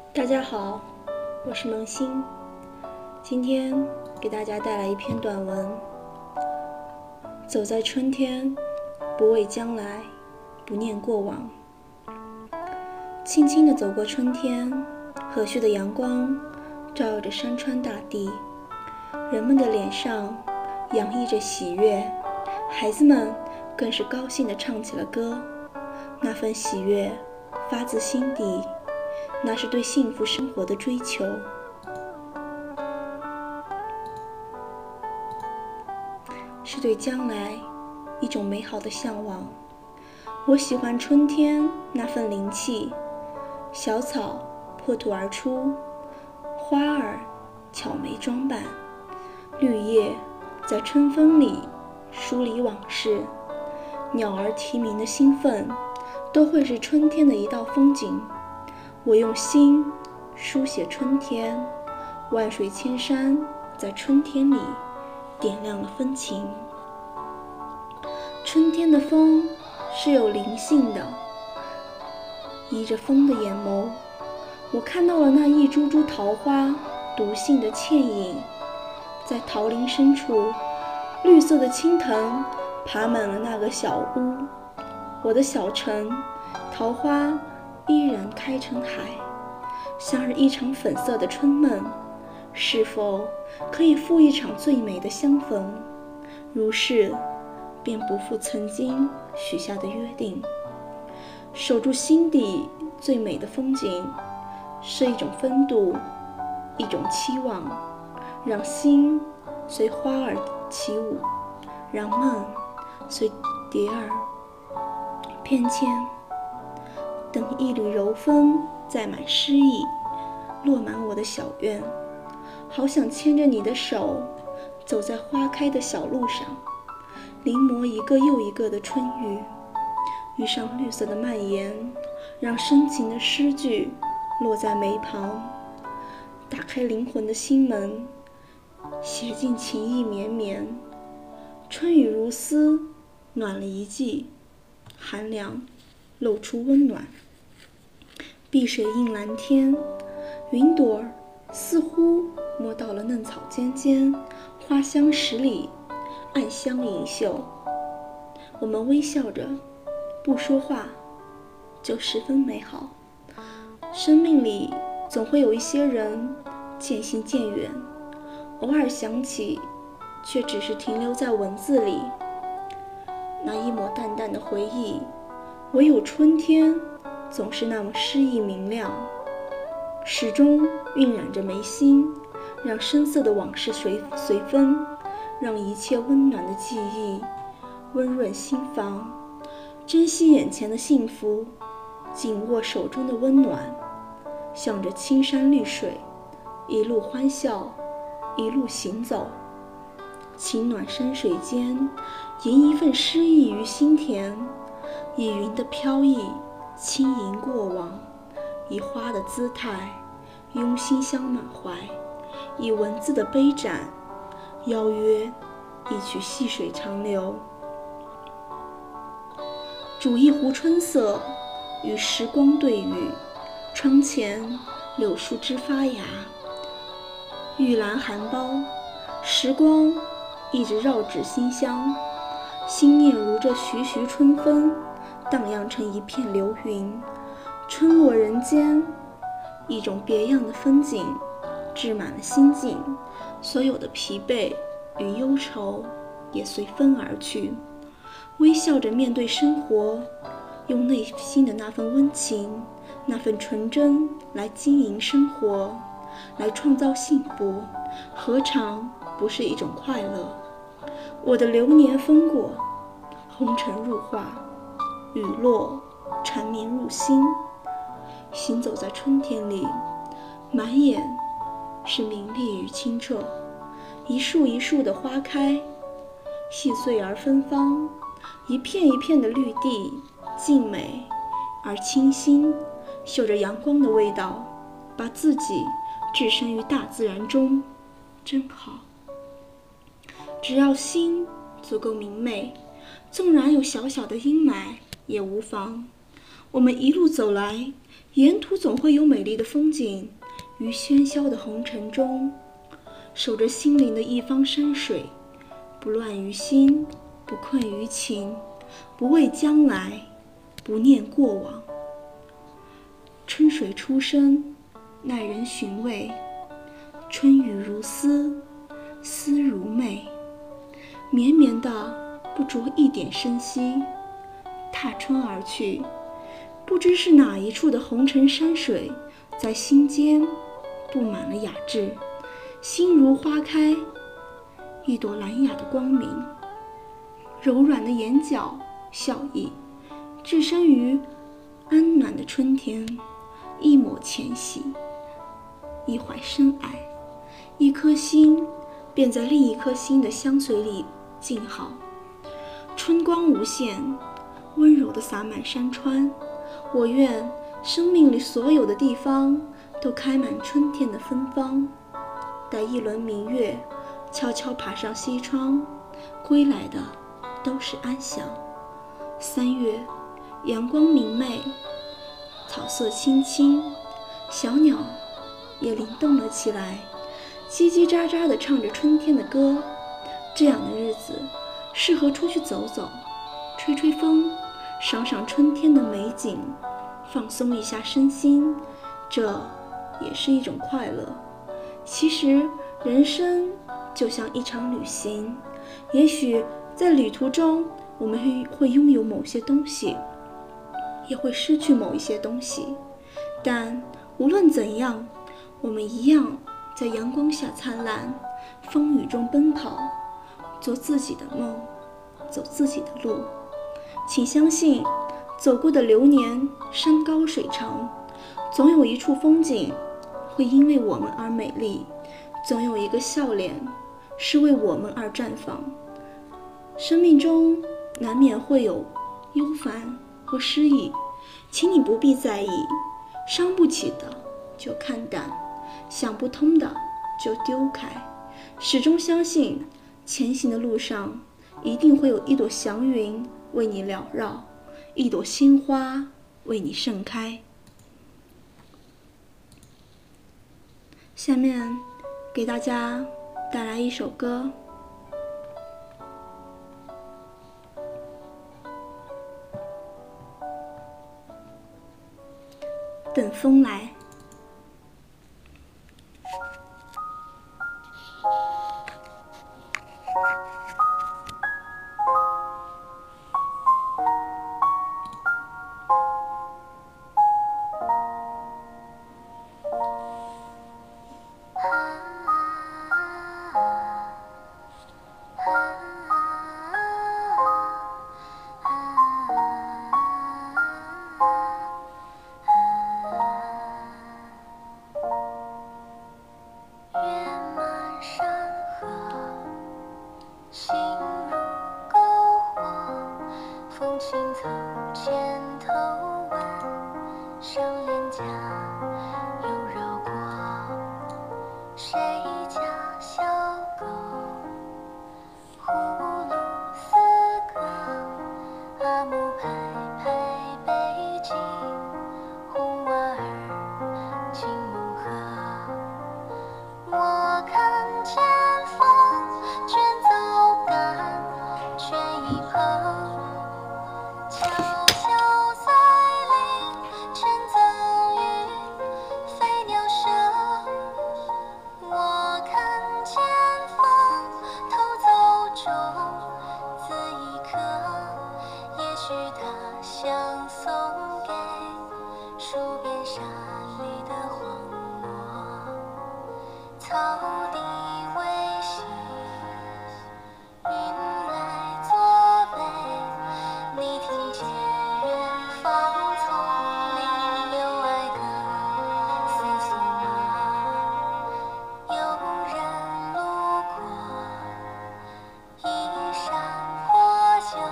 大家好，我是萌新，今天给大家带来一篇短文。走在春天，不畏将来，不念过往。轻轻地走过春天，和煦的阳光照耀着山川大地，人们的脸上洋溢着喜悦，孩子们更是高兴地唱起了歌。那份喜悦发自心底，那是对幸福生活的追求。是对将来一种美好的向往。我喜欢春天那份灵气，小草破土而出，花儿巧眉装扮，绿叶在春风里梳理往事，鸟儿啼鸣的兴奋都会是春天的一道风景。我用心书写春天，万水千山在春天里点亮了风情。春天的风是有灵性的，依着风的眼眸，我看到了那一株株桃花独性的倩影。在桃林深处，绿色的青藤爬满了那个小屋。我的小城，桃花依然开成海。像是一场粉色的春梦，是否可以赴一场最美的相逢？如是，便不负曾经许下的约定。守住心底最美的风景，是一种风度，一种期望。让心随花儿起舞，让梦随蝶儿翩跹。等一缕柔风载满诗意，落满我的小院。好想牵着你的手，走在花开的小路上，临摹一个又一个的春雨。遇上绿色的蔓延，让深情的诗句落在眉旁。打开灵魂的心门，写进情意绵绵。春雨如丝，暖了一季，寒凉露出温暖。碧水映蓝天，云朵似乎摸到了嫩草尖尖，花香十里，暗香盈袖。我们微笑着，不说话，就十分美好。生命里总会有一些人渐行渐远，偶尔想起，却只是停留在文字里。那一抹淡淡的回忆，唯有春天总是那么诗意明亮，始终晕染着眉心，让深色的往事随风，让一切温暖的记忆温润心房。珍惜眼前的幸福，紧握手中的温暖，向着青山绿水，一路欢笑，一路行走。情暖山水间，吟一份诗意于心田。以云的飘逸轻盈过往，以花的姿态拥心香满怀，以文字的杯盏邀约一曲细水长流。煮一壶春色，与时光对语。窗前柳树枝发芽，玉兰含苞，时光一直绕指馨香。心念如这徐徐春风，荡漾成一片流云。春落人间，一种别样的风景置满了心境，所有的疲惫与忧愁也随风而去。微笑着面对生活，用内心的那份温情，那份纯真来经营生活，来创造幸福，何尝不是一种快乐？我的流年风过，红尘入画，雨落缠绵入心。行走在春天里，满眼是明丽与清澈。一树一树的花开，细碎而芬芳，一片一片的绿地，静美而清新，嗅着阳光的味道，把自己置身于大自然中，真好。只要心足够明媚，纵然有小小的阴霾也无妨。 我们一路走来，沿途总会有美丽的风景，于喧嚣的红尘中，守着心灵的一方山水，不乱于心，不困于情，不畏将来，不念过往。春水初生，耐人寻味，春雨如丝，丝如媚，绵绵的不着一点声息，踏春而去，不知是哪一处的红尘山水，在心间布满了雅致，心如花开，一朵蓝雅的光明，柔软的眼角笑意，置身于安暖的春天，一抹浅喜，一怀深爱，一颗心便在另一颗心的相随里静好。春光无限，温柔地洒满山川，我愿生命里所有的地方都开满春天的芬芳。待一轮明月悄悄爬上西窗，归来的都是安详。3月，阳光明媚，草色青青，小鸟也灵动了起来，叽叽喳喳地唱着春天的歌。这样的日子适合出去走走，吹吹风，赏赏春天的美景，放松一下身心，这也是一种快乐。其实人生就像一场旅行，也许在旅途中我们会拥有某些东西，也会失去某一些东西，但无论怎样，我们一样在阳光下灿烂，风雨中奔跑，做自己的梦，走自己的路。请相信，走过的流年山高水长，总有一处风景会因为我们而美丽，总有一个笑脸是为我们而绽放。生命中难免会有忧烦或失意，请你不必在意，伤不起的就看淡，想不通的就丢开，始终相信前行的路上一定会有一朵祥云为你缭绕，一朵鲜花为你盛开。下面给大家带来一首歌，等风来。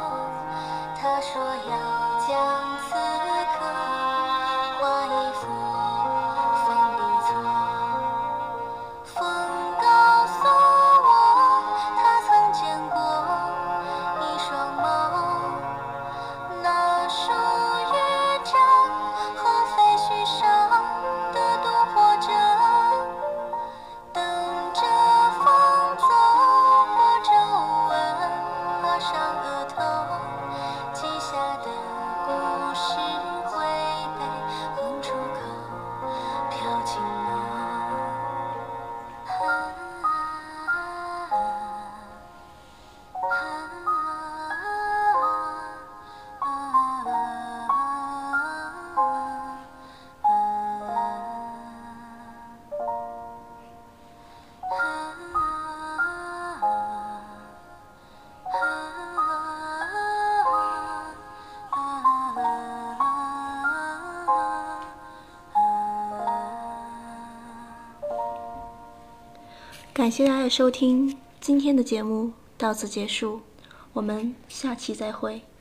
他说要将此刻画一幅感谢大家的收听，今天的节目到此结束，我们下期再会。